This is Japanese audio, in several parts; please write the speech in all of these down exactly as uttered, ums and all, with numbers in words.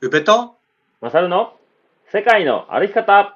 宇部とマサルの世界の歩き方。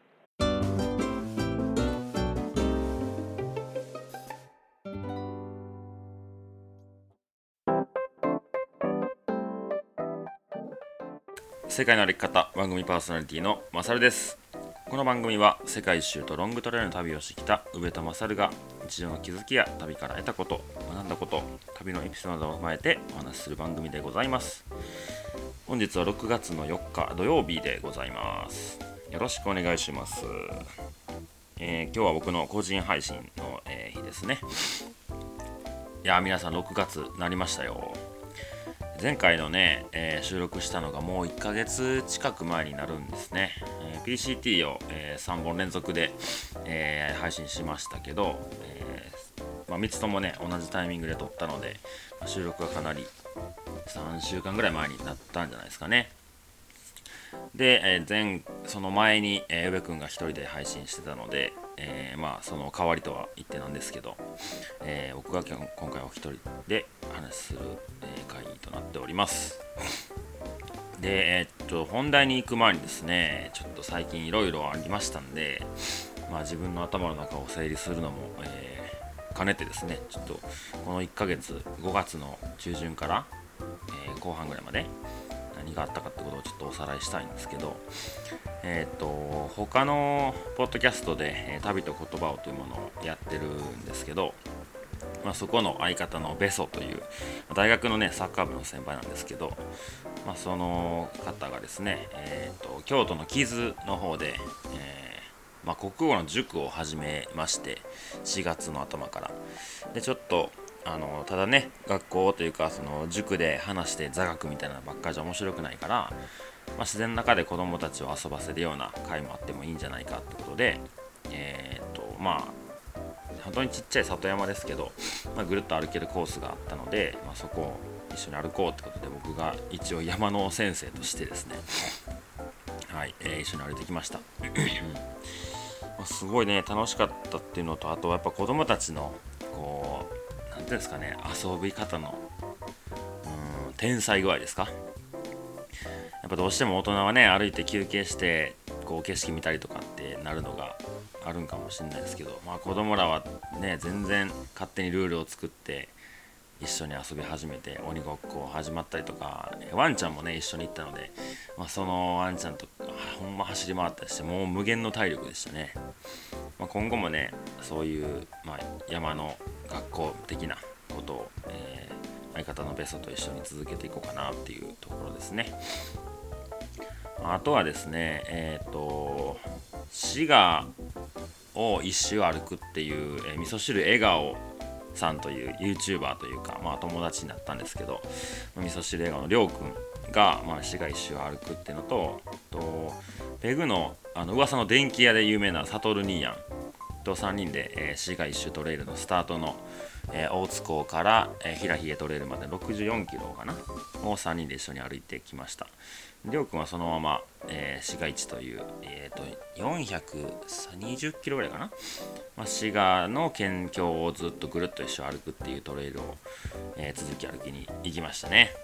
世界の歩き方番組パーソナリティのマサルです。この番組は世界一周とロングトレイルの旅をしてきた宇部とマサルが日常の気づきや旅から得たこと、学んだこと、旅のエピソードを踏まえてお話しする番組でございます。本日はろくがつのよっか土曜日でございます。よろしくお願いします。えー、今日は僕の個人配信の、えー、日ですね。いや皆さんろくがつになりましたよ。前回のね、えー、収録したのがもういっかげつ近く前になるんですね。えー、ピーシーティー を、えー、さんぼん連続で、えー、配信しましたけど、えーまあ、みっつともね同じタイミングで撮ったので、まあ、収録がかなりさんしゅうかんぐらい前になったんじゃないですかね。で、えー、前その前に、えー、宇部くんが一人で配信してたので、えー、まあその代わりとは言ってなんですけど、えー、僕が今回お一人で話する、えー、会となっております。で、えー、っと本題に行く前にですね、ちょっと最近いろいろありましたんで、まあ自分の頭の中を整理するのも、えー、兼ねてですね、ちょっとこのいっかげつごがつの中旬から、えー、後半ぐらいまで何があったかってことをちょっとおさらいしたいんですけど、えっ、ー、と他のポッドキャストで、えー、旅と言葉をというものをやってるんですけど、まあ、そこの相方のベソという大学のねサッカー部の先輩なんですけど、まあ、その方がですね、えー、と京都の木津の方で、えーまあ、国語の塾を始めまして、しがつの頭からでちょっとあのただね学校というかその塾で話して座学みたいなのばっかりじゃ面白くないから、まあ、自然の中で子どもたちを遊ばせるような会もあってもいいんじゃないかってことで、えー、とまあ本当にちっちゃい里山ですけど、まあ、ぐるっと歩けるコースがあったので、まあ、そこを一緒に歩こうってことで僕が一応山の先生としてですね、はい、えー、一緒に歩いてきました。まあ、すごいね楽しかったっていうのと、あとはやっぱ子供たちのこうなんていうんですかね、遊び方のうーん天才具合ですか。やっぱどうしても大人はね歩いて休憩してこう景色見たりとかってなるのがあるんかもしれないですけど、まあ、子供らはね全然勝手にルールを作って一緒に遊び始めて、鬼ごっこ始まったりとか、ワンちゃんもね一緒に行ったので、まあ、そのワンちゃんとほんま走り回ったりしてもう無限の体力でしたね。まあ、今後もねそういう、まあ、山の学校的なことを、えー、相方のベソと一緒に続けていこうかなっていうところですね。あとはですね、えっ、ー、と滋賀を一周歩くっていう、えー、味噌汁笑顔さんという YouTuber というか、まあ、友達になったんですけど、味噌汁笑顔のりょうくんが、まあ、滋賀一周歩くっていうのと、とペグの、あの噂の電気屋で有名なサトルニーヤンとさんにんで、えー、滋賀一周トレイルのスタートの、えー、大津港から、えー、平比トレイルまでろくじゅうよんキロかなをさんにんで一緒に歩いてきました。りょうくんはそのまま、えー、滋賀一という、えー、とよんひゃくにじゅっキロぐらいかな、まあ、滋賀の県境をずっとぐるっと一周歩くっていうトレイルを、えー、続き歩きに行きましたね。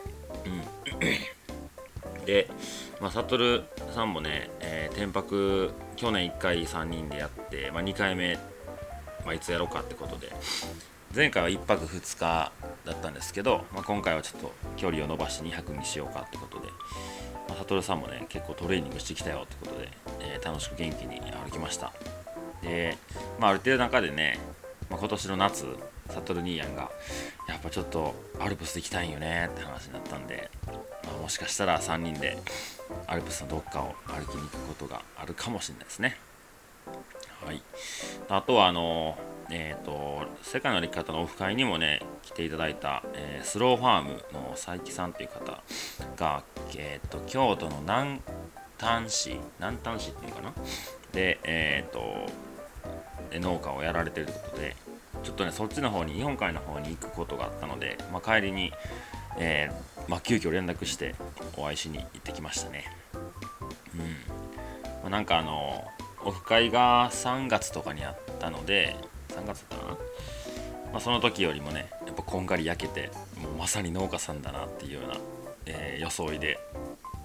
うんで、まあ、サトルさんもね、えー、天白去年いっかいさんにんでやって、まあ、にかいめ、まあ、いつやろうかってことで、前回はいっぱくふつかだったんですけど、まあ、今回はちょっと距離を伸ばしてにはくにしようかってことで、まあ、サトルさんもね結構トレーニングしてきたよってことで、えー、楽しく元気に歩きました。で、まあ、歩いてる中でね、まあ、今年の夏サトル兄やんがやっぱちょっとアルプス行きたいんよねって話になったんで、まあ、もしかしたらさんにんでアルプスのどっかを歩きに行くことがあるかもしれないですね。はい、あとはあのえーと世界の歩き方のオフ会にもね来ていただいた、えー、スローファームの佐伯さんという方が、えーと京都の南丹市南丹市っていうかなで、えーと農家をやられているということで、ちょっとねそっちの方に日本海の方に行くことがあったので、まあ、帰りに、えーまあ、急遽連絡してお会いしに行ってきましたね。うん、まあ、なんかあのオフ会がさんがつとかにあったので、さんがつだったかな、まあ、その時よりもねやっぱこんがり焼けて、もうまさに農家さんだなっていうような、えー、装いで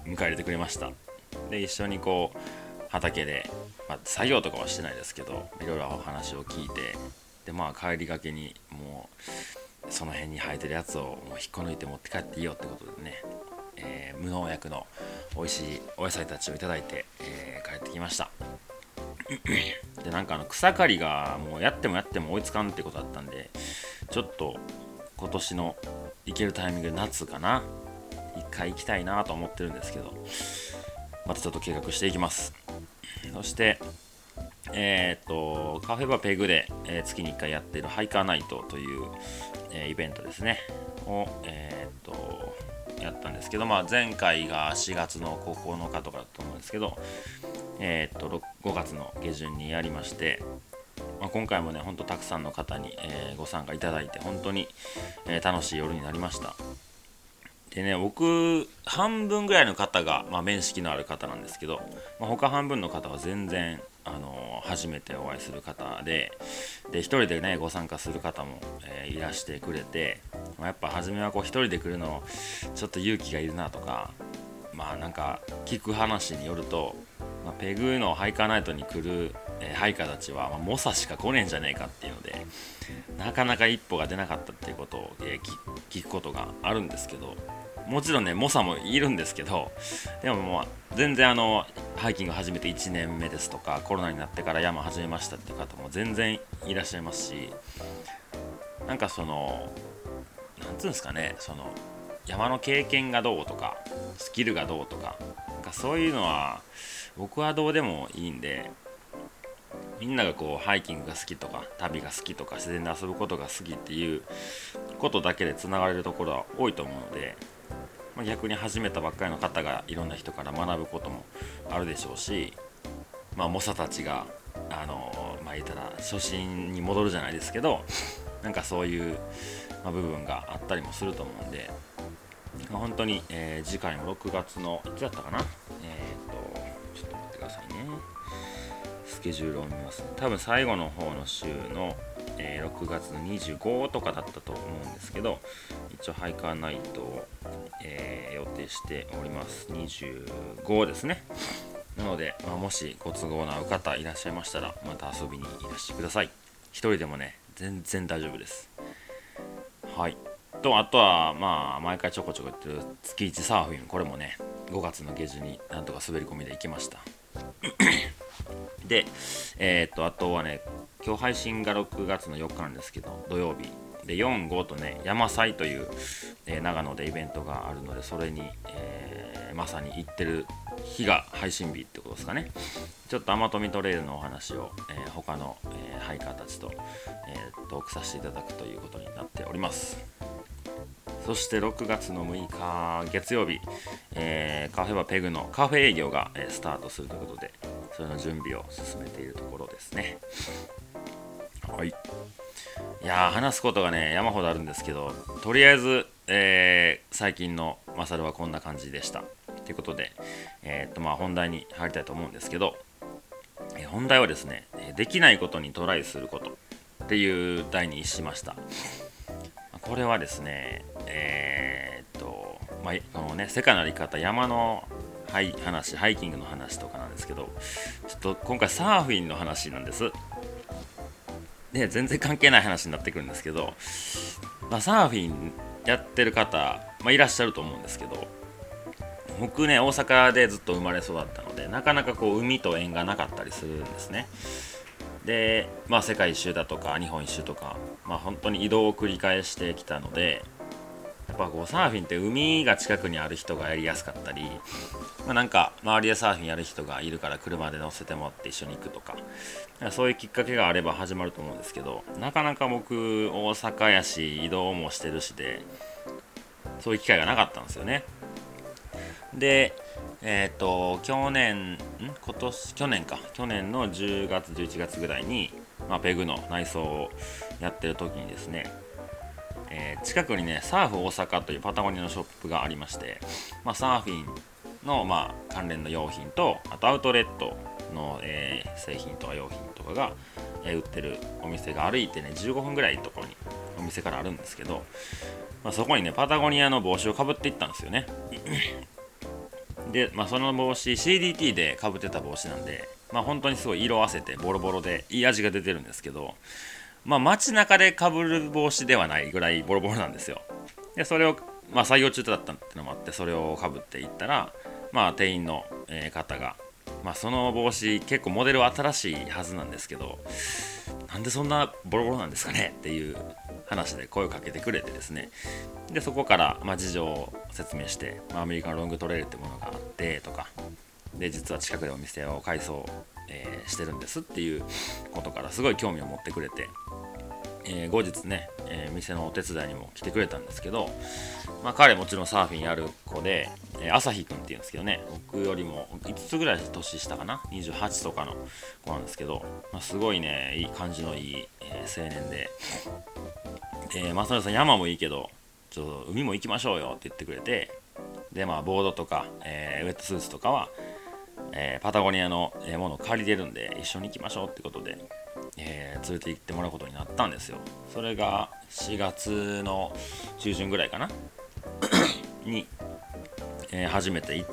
迎え入れてくれました。で一緒にこう畑で、まあ、作業とかはしてないですけどいろいろお話を聞いて、でまあ帰りがけにもうその辺に生えてるやつをもう引っこ抜いて持って帰っていいよってことでね、えー、無農薬の美味しいお野菜たちをいただいて、えー、帰ってきました。でなんかあの草刈りがもうやってもやっても追いつかんってことだったんで、ちょっと今年の行けるタイミングで夏かな一回行きたいなと思ってるんですけど、またちょっと計画していきます。そしてえー、っとカフェバペグで、えー、月にいっかいやっているハイカーナイトという、えー、イベントですねを、えー、っとやったんですけど、まあ、前回がしがつのここのかとかだと思うんですけど、えー、っとごがつの下旬にやりまして、まあ、今回もねほんとたくさんの方に、えー、ご参加いただいて本当に、えー、楽しい夜になりました。でね、僕半分ぐらいの方が、まあ、面識のある方なんですけど、まあ、他半分の方は全然、あのー初めてお会いする方で、で一人でねご参加する方も、えーいらしてくれて、まあ、やっぱ初めはこう一人で来るのちょっと勇気がいるなとか、まあなんか聞く話によると、まあ、ペグのハイカーナイトに来る、えーハイカーたちは、まあ、猛者しか来ねえんじゃねえかっていうのでなかなか一歩が出なかったっていうことを、えー聞くことがあるんですけど、もちろんね猛者もいるんですけど、でももう全然あのハイキング始めていちねんめですとかコロナになってから山始めましたっていう方も全然いらっしゃいますし、なんかそのなんつうんですかね、その山の経験がどうとかスキルがどうとか、なんかそういうのは僕はどうでもいいんで、みんながこうハイキングが好きとか旅が好きとか自然で遊ぶことが好きっていうことだけでつながれるところは多いと思うので、まあ、逆に始めたばっかりの方がいろんな人から学ぶこともあるでしょうし、まあ猛者たちがあのーまあ言ったら初心に戻るじゃないですけど、なんかそういう、まあ、部分があったりもすると思うんで、まあ、本当に、えー次回もろくがつのいつだったかな、えー、っとちょっと待ってくださいね、スケジュールを見ますね。多分最後の方の週の、えーろくがつのにじゅうごとかだったと思うんですけど、一応ハイカーナイトを、えー予定しております。にじゅうごですね。なので、まあ、もしご都合の合う方いらっしゃいましたらまた遊びにいらしてください。一人でもね全然大丈夫です。はい。とあとはまあ毎回ちょこちょこ言ってる月いちサーフィン、これもねごがつの下旬になんとか滑り込みで行きました。で、えー、っとあとはね今日配信がろくがつのよっかなんですけど土曜日でよん、ごとね山祭という、えー長野でイベントがあるので、それに、えーまさに行ってる日が配信日ってことですかね。ちょっと天富トレイルのお話を、えー他の、えーハイカーたちと、えートークさせていただくということになっております。そしてろくがつのむいか月曜日、えーカフェバペグのカフェ営業が、えースタートするということで、それの準備を進めているところですね。はい。いやー話すことがね山ほどあるんですけど、とりあえず、えー最近のマサルはこんな感じでしたということで、えーっとまあ本題に入りたいと思うんですけど、えー本題はですね、できないことにトライすることっていう題にしました。これはですね、えーっとまあこのね世界の歩き方、山のハイ話ハイキングの話とかなんですけど、ちょっと今回サーフィンの話なんです。で全然関係ない話になってくるんですけど、まあ、サーフィンやってる方、まあ、いらっしゃると思うんですけど、僕ね大阪でずっと生まれ育ったのでなかなかこう海と縁がなかったりするんですね。でまあ世界一周だとか日本一周とか、まあ本当に移動を繰り返してきたので、やっぱこうサーフィンって海が近くにある人がやりやすかったり、まあ、なんか周りでサーフィンやる人がいるから車で乗せてもらって一緒に行くとか、そういうきっかけがあれば始まると思うんですけど、なかなか僕大阪やし移動もしてるしでそういう機会がなかったんですよね。でえっ、と去年ん今年去年か去年のじゅうがつじゅういちがつぐらいに、まあ、ペグの内装をやってる時にですね、えー近くにねサーフ大阪というパタゴニアのショップがありまして、まあ、サーフィンの、まあ、関連の用品とあとアウトレットの、えー製品とか用品とかが、えー売ってるお店が歩いてねじゅうごふんぐらいのところにお店からあるんですけど、まあ、そこにねパタゴニアの帽子をかぶっていったんですよね。 で、まあ、その帽子 シーディーティー でかぶってた帽子なんで、まあ、本当にすごい色あせてボロボロでいい味が出てるんですけど、まあ、街中でかぶる帽子ではないぐらいボロボロなんですよ。でそれを、まあ、作業中だったってのもあってそれをかぶっていったら、まあ、店員の方が、まあ、その帽子結構モデルは新しいはずなんですけど、なんでそんなボロボロなんですかねっていう話で声をかけてくれてですね、でそこから、まあ、事情を説明して、まあ、アメリカのロングトレイルってものがあってとかで、実は近くでお店を改装、えー、してるんですっていうことからすごい興味を持ってくれて、えー、後日ね、えー、店のお手伝いにも来てくれたんですけど、まあ、彼もちろんサーフィンやる子で、えー、朝日くんっていうんですけどね、僕よりもいつつぐらい年下かな、にじゅうはちとかの子なんですけど、まあ、すごいねいい感じのいい、えー、青年で、えー、正則さん山もいいけどちょっと海も行きましょうよって言ってくれて、でまあボードとか、えー、ウェットスーツとかは、えー、パタゴニアのものを借りてるんで一緒に行きましょうってことで、えー、連れて行ってもらうことになったんですよ。それがしがつの中旬ぐらいかなに、えー、初めて行って、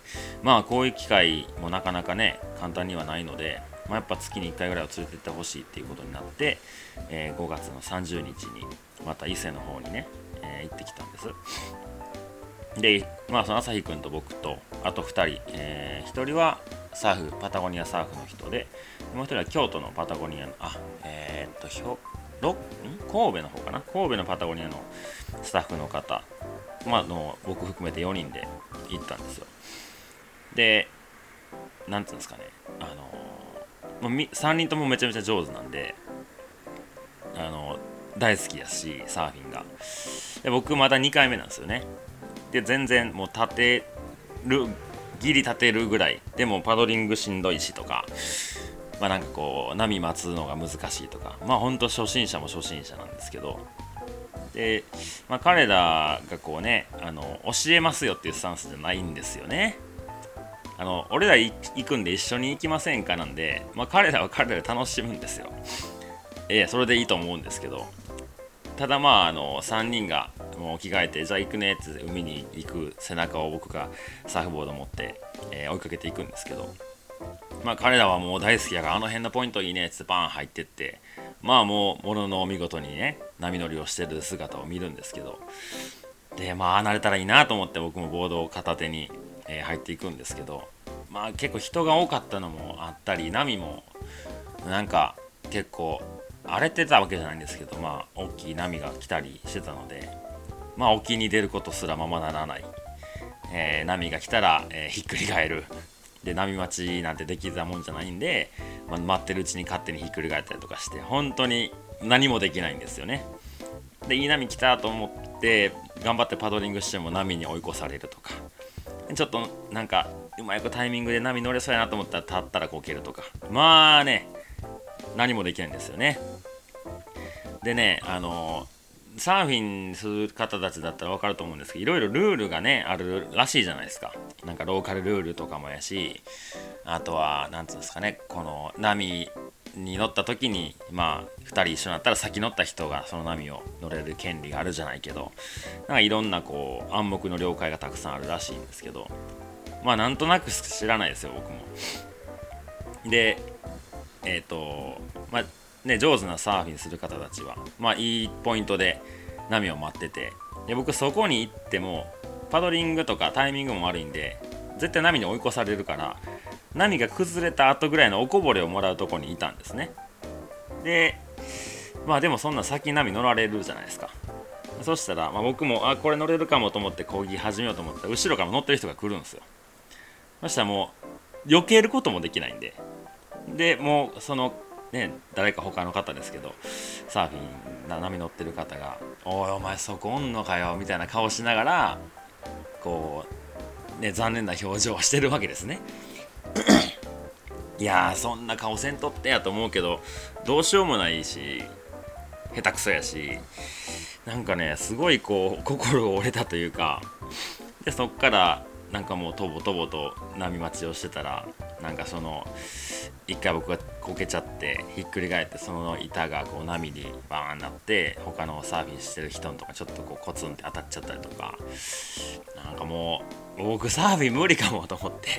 まあこういう機会もなかなかね簡単にはないので、まあ、やっぱ月にいっかいぐらいは連れて行ってほしいっていうことになって、えー、ごがつのさんじゅうにちにまた伊勢の方にね、えー、行ってきたんです。で、まあその朝日くんと僕とあとふたり、えー、ひとりはサーフパタゴニアサーフの人で、もうひとりは京都のパタゴニアのあえー、っとひょろん神戸の方かな、神戸のパタゴニアのスタッフの方、まあの僕含めてよにんで行ったんですよ。で、なんていうんですかね、あのー、さんにんともめちゃめちゃ上手なんで、あのー、大好きやしサーフィンが。で僕まだにかいめなんですよね。で全然もう立てるギリ立てるぐらいでもパドリングしんどいしとか、まあなんかこう波待つのが難しいとか、まあほんと初心者も初心者なんですけど、で、まあ、彼らがこうねあの教えますよっていうスタンスじゃないんですよね。あの俺ら行くんで一緒に行きませんかなんで、まあ、彼らは彼らで楽しむんですよ。ええそれでいいと思うんですけど、ただまああのさんにんがもう着替えてじゃあ行くねって海に行く背中を僕がサーフボード持って、えー、追いかけていくんですけど、まあ彼らはもう大好きやからあの辺のポイントいいねってバーン入ってって、まあもうものの見事にね波乗りをしてる姿を見るんですけど、でまあ慣れたらいいなと思って僕もボードを片手に、えー、入っていくんですけど、まあ結構人が多かったのもあったり波もなんか結構荒れてたわけじゃないんですけど、まあ大きい波が来たりしてたので、まあ沖に出ることすらままならない、えー、波が来たら、えー、ひっくり返るで、波待ちなんてできたもんじゃないんで、まあ、待ってるうちに勝手にひっくり返ったりとかして本当に何もできないんですよね。でいい波来たと思って頑張ってパドリングしても波に追い越されるとか、ちょっとなんかうまいタイミングで波乗れそうやなと思ったら立ったらこけるとか、まあね何もできないんですよね。でね、あのサーフィンする方たちだったら分かると思うんですけど、いろいろルールがねあるらしいじゃないですか。なんかローカルルールとかもやし、あとはなんつうんですかね、この波に乗った時にまあふたり一緒になったら先乗った人がその波を乗れる権利があるじゃないけど、なんかいろんなこう暗黙の了解がたくさんあるらしいんですけど、まあなんとなく知らないですよ僕も。でえっ、ー、とまあね、上手なサーフィンする方たちはまあいいポイントで波を待ってて、で僕そこに行ってもパドリングとかタイミングも悪いんで絶対波に追い越されるから、波が崩れた後ぐらいのおこぼれをもらうとこにいたんですね。でまあでもそんな先に波乗られるじゃないですか。そしたら、まあ、僕もあこれ乗れるかもと思って漕ぎ始めようと思ったら後ろから乗ってる人が来るんですよ。そしたらもう避けることもできないんで、でもうそのね、誰か他の方ですけどサーフィンな波乗ってる方がおいお前そこおんのかよみたいな顔しながらこうね残念な表情をしてるわけですね。いやーそんな顔せんとってやと思うけどどうしようもないし下手くそやし、なんかねすごいこう心折れたというか、でそっからなんかもうとぼとぼと波待ちをしてたらなんかその一回僕がこけちゃってひっくり返って、その板がこう波にバーンなって他のサーフィンしてる人とかちょっとこうコツンって当たっちゃったりとか、なんかもう僕サーフィン無理かもと思って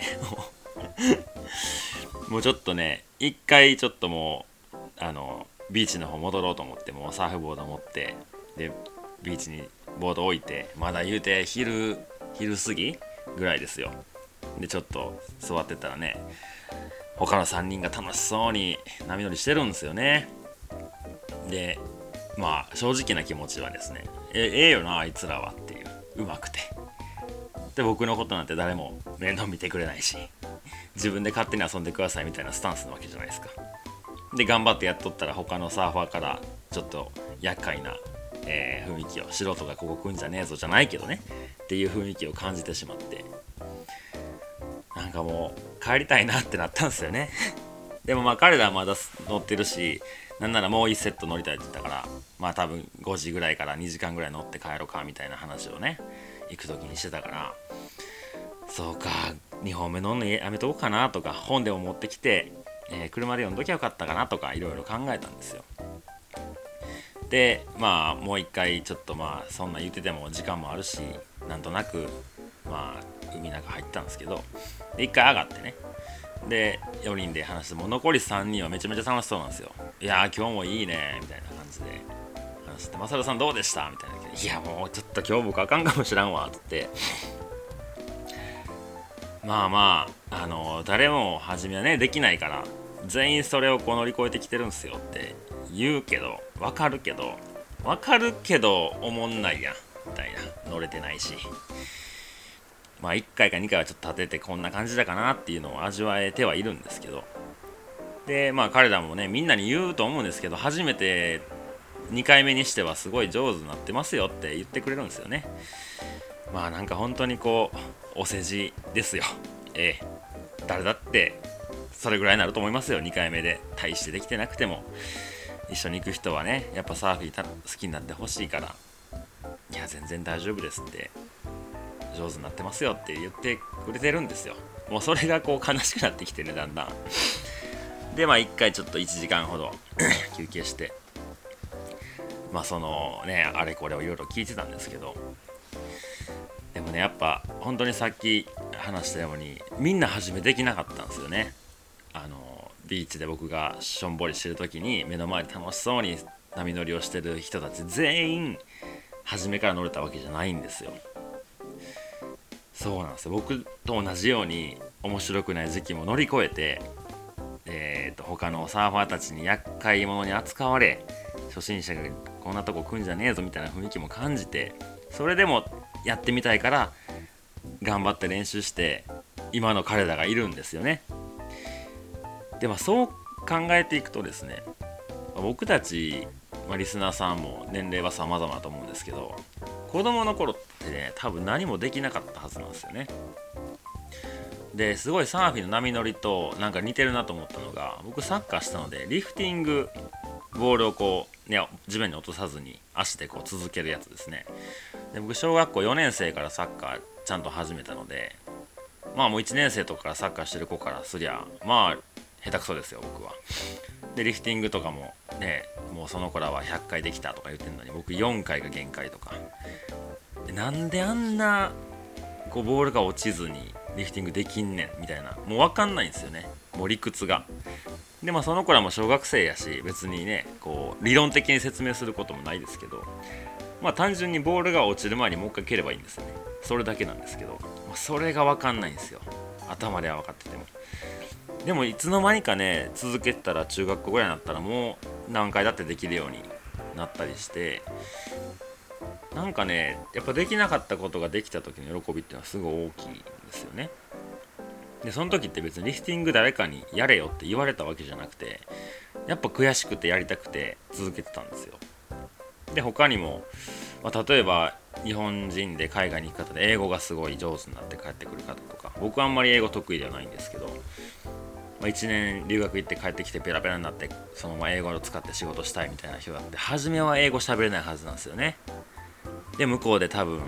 もうちょっとね一回ちょっともうあのビーチの方戻ろうと思って、もうサーフボード持ってでビーチにボード置いて、まだ言うて昼昼過ぎぐらいですよ。でちょっと座ってたらね、他のさんにんが楽しそうに波乗りしてるんですよね。でまあ正直な気持ちはですね、えええよなあいつらはっていう、うまくて、で僕のことなんて誰も面倒見てくれないし、自分で勝手に遊んでくださいみたいなスタンスなわけじゃないですか。で頑張ってやっとったら他のサーファーからちょっと厄介な、えー、雰囲気を、素人がここ来んじゃねえぞじゃないけどねっていう雰囲気を感じてしまって、なんかもう帰りたいなってなったんですよねでもまあ彼らはまだ乗ってるし、なんならもういちセット乗りたいって言ったから、まあ多分ごじぐらいからにじかんぐらい乗って帰ろうかみたいな話をね行く時にしてたから、そうかにほんめ乗んのやめとこうかなとか、本でも持ってきて、えー、車で読んどきゃよかったかなとかいろいろ考えたんですよ。でまあもう一回ちょっとまあそんな言ってても時間もあるし、なんとなくまあ海の中入ったんですけど、で一回上がってね、でよにんで話して、もう残りさんにんはめちゃめちゃ楽しそうなんですよ。いやー今日もいいねみたいな感じで話して、マサルさんどうでしたみたいな、いやもうちょっと今日僕あかんかもしらんわっつって、まあまああの誰も初めはねできないから全員それをこう乗り越えてきてるんすよって言うけど、わかるけどわかるけどおもんないやんみたいな、乗れてないし、まあいっかいかにかいはちょっと立ててこんな感じだかなっていうのを味わえてはいるんですけど、でまあ彼らもねみんなに言うと思うんですけど、初めてにかいめにしてはすごい上手になってますよって言ってくれるんですよね。まあなんか本当にこうお世辞ですよ。ええ誰だってそれぐらいになると思いますよ。にかいめで大してできてなくても一緒に行く人はねやっぱサーフィン好きになってほしいから、いや全然大丈夫ですって、上手になってますよって言ってくれてるんですよ。もうそれがこう悲しくなってきてね、だんだん。でまあいっかいちょっといちじかんほど休憩して、まあそのねあれこれをいろいろ聞いてたんですけど、でもねやっぱ本当にさっき話したようにみんな初めできなかったんですよね。あのビーチで僕がしょんぼりしてる時に目の前で楽しそうに波乗りをしてる人たち全員初めから乗れたわけじゃないんですよ。そうなんですよ。僕と同じように面白くない時期も乗り越えて、えー、と他のサーファーたちに厄介者に扱われ、初心者がこんなとこ来んじゃねえぞみたいな雰囲気も感じて、それでもやってみたいから頑張って練習して今の彼らがいるんですよね。でもそう考えていくとですね、僕たち、まあ、リスナーさんも年齢は様々だと思うんですけど、子供の頃ってね多分何もできなかったはずなんですよね。ですごいサーフィンの波乗りとなんか似てるなと思ったのが、僕サッカーしたのでリフティング、ボールをこう、ね、地面に落とさずに足でこう続けるやつですね。で僕小学校よねん生からサッカーちゃんと始めたので、まあもういちねん生とかからサッカーしてる子からすりゃまあ下手くそですよ僕は。でリフティングとかもね、もうその子らはひゃっかいできたとか言ってるのに僕よんかいが限界とかで、なんであんなこうボールが落ちずにリフティングできんねんみたいな、もう分かんないんですよね、もう理屈が。でまあその子らも小学生やし別にねこう理論的に説明することもないですけど、まあ単純にボールが落ちる前にもう一回蹴ればいいんですよね。それだけなんですけど、まあ、それが分かんないんですよ、頭では分かってても。でもいつの間にかね続けてたら中学校ぐらいになったらもう何回だってできるようになったりして、なんかねやっぱできなかったことができた時の喜びっていうのはすごい大きいんですよね。でその時って別にリフティング誰かにやれよって言われたわけじゃなくて、やっぱ悔しくてやりたくて続けてたんですよ。で他にも、まあ、例えば日本人で海外に行く方で英語がすごい上手になって帰ってくる方とか、僕はあんまり英語得意ではないんですけど、まあ、いちねん留学行って帰ってきてペラペラになってそのまま英語を使って仕事したいみたいな人だって初めは英語喋れないはずなんですよね。で向こうで多分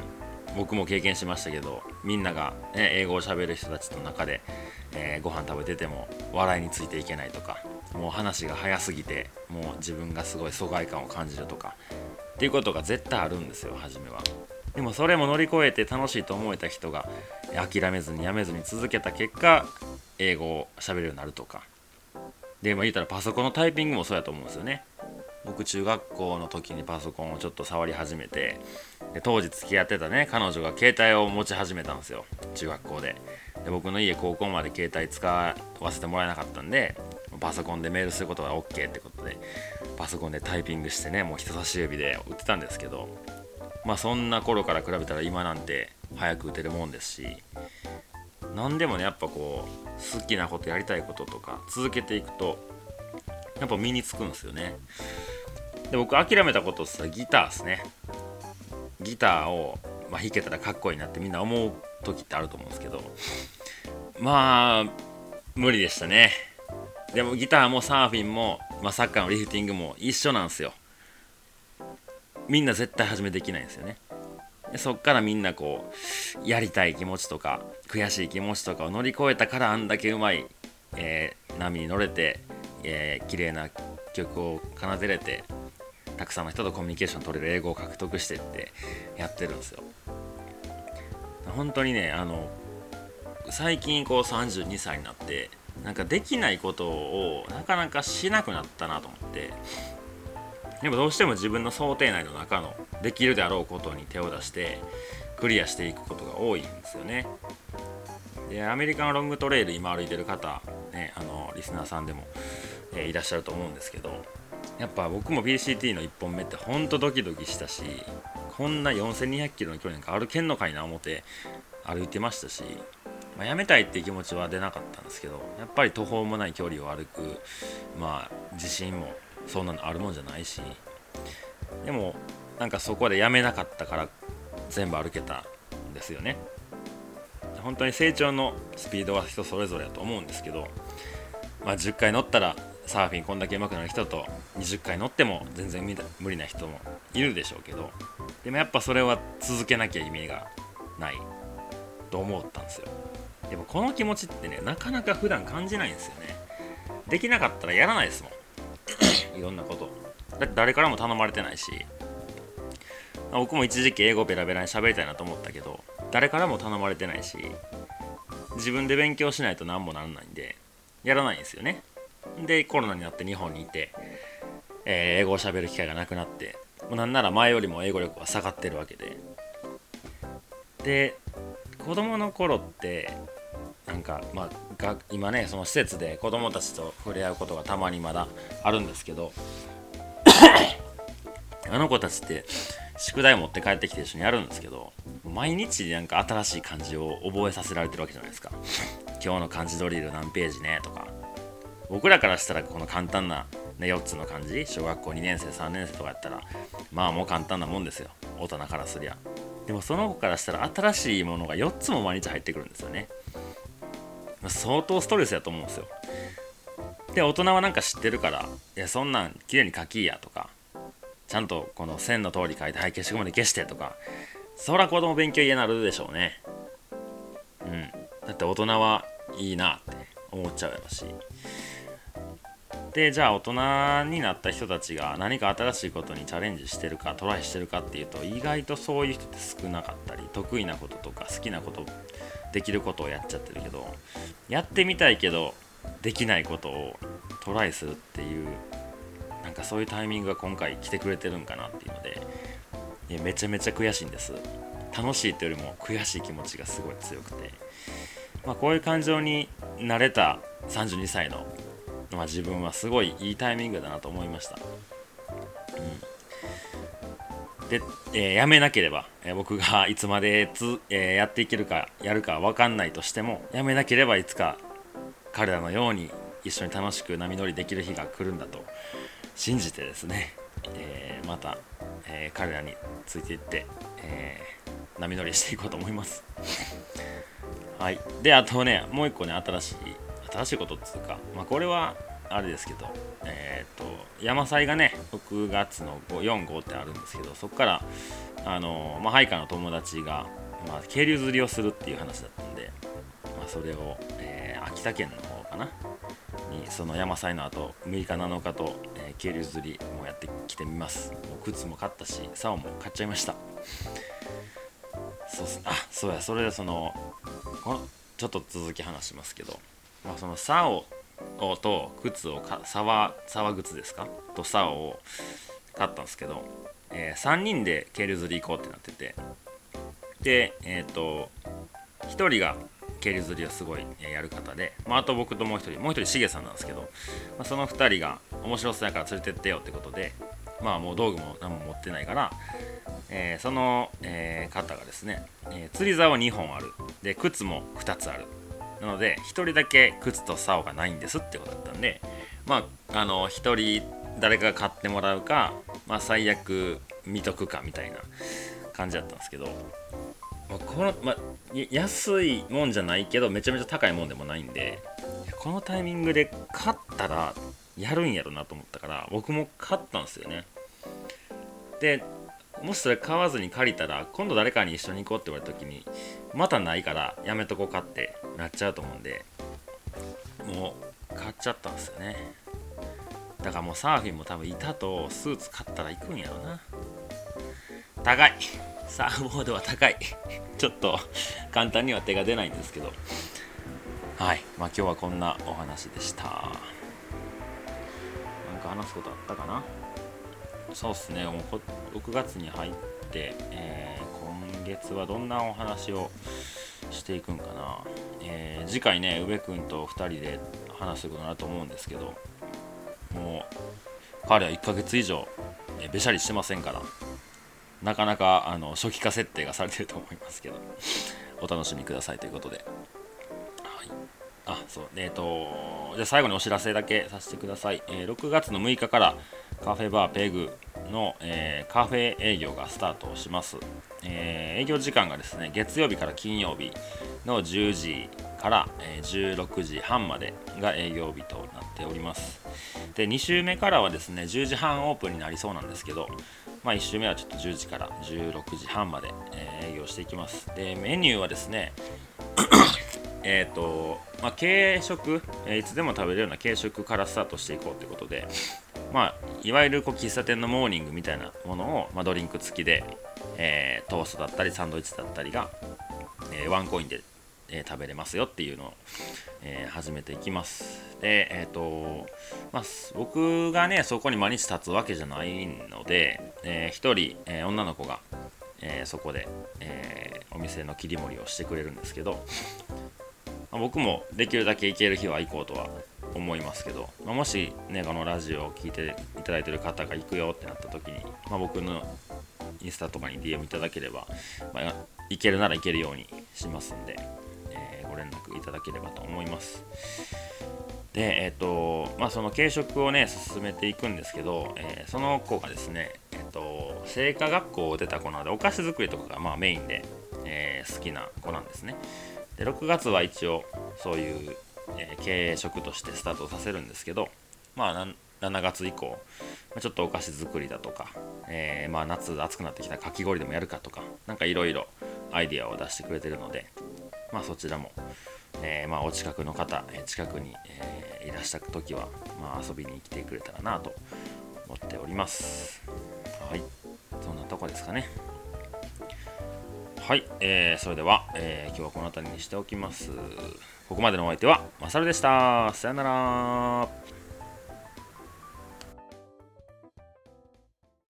僕も経験しましたけど、みんなが、ね、英語を喋る人たちの中で、えー、ご飯食べてても笑いについていけないとか、もう話が早すぎてもう自分がすごい疎外感を感じるとかっていうことが絶対あるんですよ、初めは。でもそれも乗り越えて楽しいと思えた人が諦めずにやめずに続けた結果、英語を喋れるようになるとかで、まあ、言ったらパソコンのタイピングもそうやと思うんですよね。僕中学校の時にパソコンをちょっと触り始めて、で当時付き合ってたね彼女が携帯を持ち始めたんですよ、中学校で。で僕の家高校まで携帯使わせてもらえなかったんで、パソコンでメールすることが OK ってことでパソコンでタイピングしてね、もう人差し指で打ってたんですけど、まあそんな頃から比べたら今なんて早く打てるもんですし、何でもねやっぱこう好きなことやりたいこととか続けていくとやっぱ身につくんですよね。で僕諦めたことってギターですね。ギターを、まあ、弾けたらかっこいいなってみんな思う時ってあると思うんですけど、まあ無理でしたね。でもギターもサーフィンも、まあ、サッカーのリフティングも一緒なんですよ。みんな絶対始めできないんですよね。でそっからみんなこうやりたい気持ちとか悔しい気持ちとかを乗り越えたからあんだけうまい、えー、波に乗れて、えー、綺麗な曲を奏でれてたくさんの人とコミュニケーション取れる英語を獲得してってやってるんですよ。本当にね、あの最近こうさんじゅうにさいになってなんかできないことをなかなかしなくなったなと思って、でもどうしても自分の想定内の中のできるであろうことに手を出してクリアしていくことが多いんですよね。でアメリカのロングトレイル今歩いてる方、ね、あのリスナーさんでも、えー、いらっしゃると思うんですけど、やっぱ僕も ピーシーティー のいっぽんめってほんとドキドキしたし、こんなよんせんにひゃくキロの距離なんか歩けんのかいな思って歩いてましたし、まあ、やめたいっていう気持ちは出なかったんですけど、やっぱり途方もない距離を歩く、まあ自信もそんなのあるもんじゃないし、でもなんかそこでやめなかったから全部歩けたんですよね。本当に成長のスピードは人それぞれだと思うんですけど、まあ、じゅっかい乗ったらサーフィンこんだけ上手くなる人とにじゅっかい乗っても全然無理な人もいるでしょうけど、でもやっぱそれは続けなきゃ意味がないと思ったんですよ。でもこの気持ちってね、なかなか普段感じないんですよね。できなかったらやらないですもんいろんなことだって誰からも頼まれてないし、僕も一時期英語ベラベラに喋りたいなと思ったけど誰からも頼まれてないし、自分で勉強しないと何もならないんでやらないんですよね。でコロナになって日本にいて、えー、英語を喋る機会がなくなって、もうなんなら前よりも英語力は下がってるわけで、で子供の頃ってなんかまあが今ねその施設で子供たちと触れ合うことがたまにまだあるんですけどあの子たちって宿題持って帰ってきて一緒にやるんですけど、毎日なんか新しい漢字を覚えさせられてるわけじゃないですか。今日の漢字ドリル何ページねとか、僕らからしたらこの簡単な、ね、よっつの漢字、小学校にねん生さんねん生とかやったらまあもう簡単なもんですよ、大人からすりゃ。でもその子からしたら新しいものがよっつも毎日入ってくるんですよね。相当ストレスやと思うんですよ。で大人はなんか知ってるから、いやそんなん綺麗に書きやとか、ちゃんとこの線の通り書いて、はい消しゴムで消してとか、そら子供勉強嫌になるでしょうね。うんだって大人はいいなって思っちゃうやろし。でじゃあ大人になった人たちが何か新しいことにチャレンジしてるかトライしてるかっていうと、意外とそういう人って少なかったり、得意なこととか好きなことできることをやっちゃってるけど、やってみたいけどできないことをトライするっていう、なんかそういうタイミングが今回来てくれてるんかなっていうので、いやめちゃめちゃ悔しいんです。楽しいというよりも悔しい気持ちがすごい強くて、まあ、こういう感情に慣れたさんじゅうにさいの、まあ、自分はすごいいいタイミングだなと思いました。うん、で、えー、やめなければ、えー、僕がいつまでつ、えー、やっていけるかやるか分かんないとしても、やめなければいつか彼らのように一緒に楽しく波乗りできる日が来るんだと信じてですね、えー、また、えー、彼らについていって、えー、波乗りしていこうと思いますはい。であとね、もう一個ね、新しい新しいことっつうか、まあこれはあれですけど、えっ、ー、と山祭がねろくがつのよん、ごってあるんですけど、そこからあのまあ配下の友達が、まあ、渓流釣りをするっていう話だったんで、まあ、それを、えー、秋田県の方かなにその山祭の後むいかなのかと、えー、渓流釣りもやってきてみます。もう靴も買ったし竿も買っちゃいました。そうあそうやそれでそのこのちょっと続き話しますけど、まあ、その竿と靴をか沢沢靴ですかと竿を買ったんですけど、えー、さんにんで渓流釣り行こうってなってて、でえっ、ー、とひとりが渓流釣りをすごいやる方で、まあ、あと僕ともう一人もう一人しげさんなんですけど、まあ、そのふたりが面白そうやから連れてってよってことで、まあもう道具も何も持ってないから、えー、その、えー、方がですね、えー、釣り竿にほんあるで靴もふたつあるなのでひとりだけ靴と竿がないんですってことだったんで、まああのひとり誰かが買ってもらうか、まあ、最悪見とくかみたいな感じだったんですけど、この、ま、安いもんじゃないけどめちゃめちゃ高いもんでもないんで、このタイミングで買ったらやるんやろなと思ったから僕も買ったんですよね。でもしそれ買わずに借りたら今度誰かに一緒に行こうって言われた時にまたないからやめとこうかってなっちゃうと思うんで、もう買っちゃったんですよね。だからもうサーフィンも多分板とスーツ買ったら行くんやろな。高い、サーフボードは高いちょっと簡単には手が出ないんですけど、はい、まあ今日はこんなお話でした。なんか話すことあったかな。そうっすね、もうろくがつに入って、えー、今月はどんなお話をしていくんかな。えー、次回ね宇部君とふたりで話することになると思うんですけど、もう彼はいっかげつ以上、えー、べしゃりしてませんから、なかなかあの初期化設定がされてると思いますけどお楽しみくださいということで、はい、あそうえっ、ー、とじゃあ最後にお知らせだけさせてください。えー、ろくがつのむいかからカフェバーペグの、えー、カフェ営業がスタートします。えー、営業時間がですね月曜日から金曜日のじゅうじから、えー、じゅうろくじはんまでが営業日となっております。でに週目からはですねじゅうじはんオープンになりそうなんですけど、まあ、いち週目はちょっとじゅうじからじゅうろくじはんまで、えー、営業していきます。でメニューはですねえっとまあ軽食、えー、いつでも食べれるような軽食からスタートしていこうということで、まあ、いわゆるこう喫茶店のモーニングみたいなものを、まあ、ドリンク付きで、えー、トーストだったりサンドイッチだったりが、えー、ワンコインで、えー、食べれますよっていうのを、えー、始めていきます。で、えーとまあ、僕がねそこに毎日立つわけじゃないので、えー、ひとり、えー、女の子が、えー、そこで、えー、お店の切り盛りをしてくれるんですけど、まあ、僕もできるだけ行ける日は行こうとは思いますけど、まあ、もしねこのラジオを聞いていただいている方が行くよってなった時に、まあ、僕のインスタとかに ディーエム いただければ、まあ、行けるなら行けるようにしますんで、えー、ご連絡いただければと思います。でえっ、ー、とまあその軽食をね進めていくんですけど、えー、その子がですねえっ、ー、と製菓学校を出た子なのでお菓子作りとかがまあメインで、えー、好きな子なんですね。でろくがつは一応そういうえー、軽食としてスタートさせるんですけど、まあ、しちがつ以降ちょっとお菓子作りだとか、えーまあ、夏暑くなってきたらかき氷でもやるかとかなんかいろいろアイディアを出してくれてるので、まあ、そちらも、えーまあ、お近くの方近くに、えー、いらした時は、まあ、遊びに来てくれたらなと思っております。はい、そんなとこですかね。はい、えー、それでは、えー、今日はこの辺りにしておきます。ここまでのお相手はマサルでした。さよなら。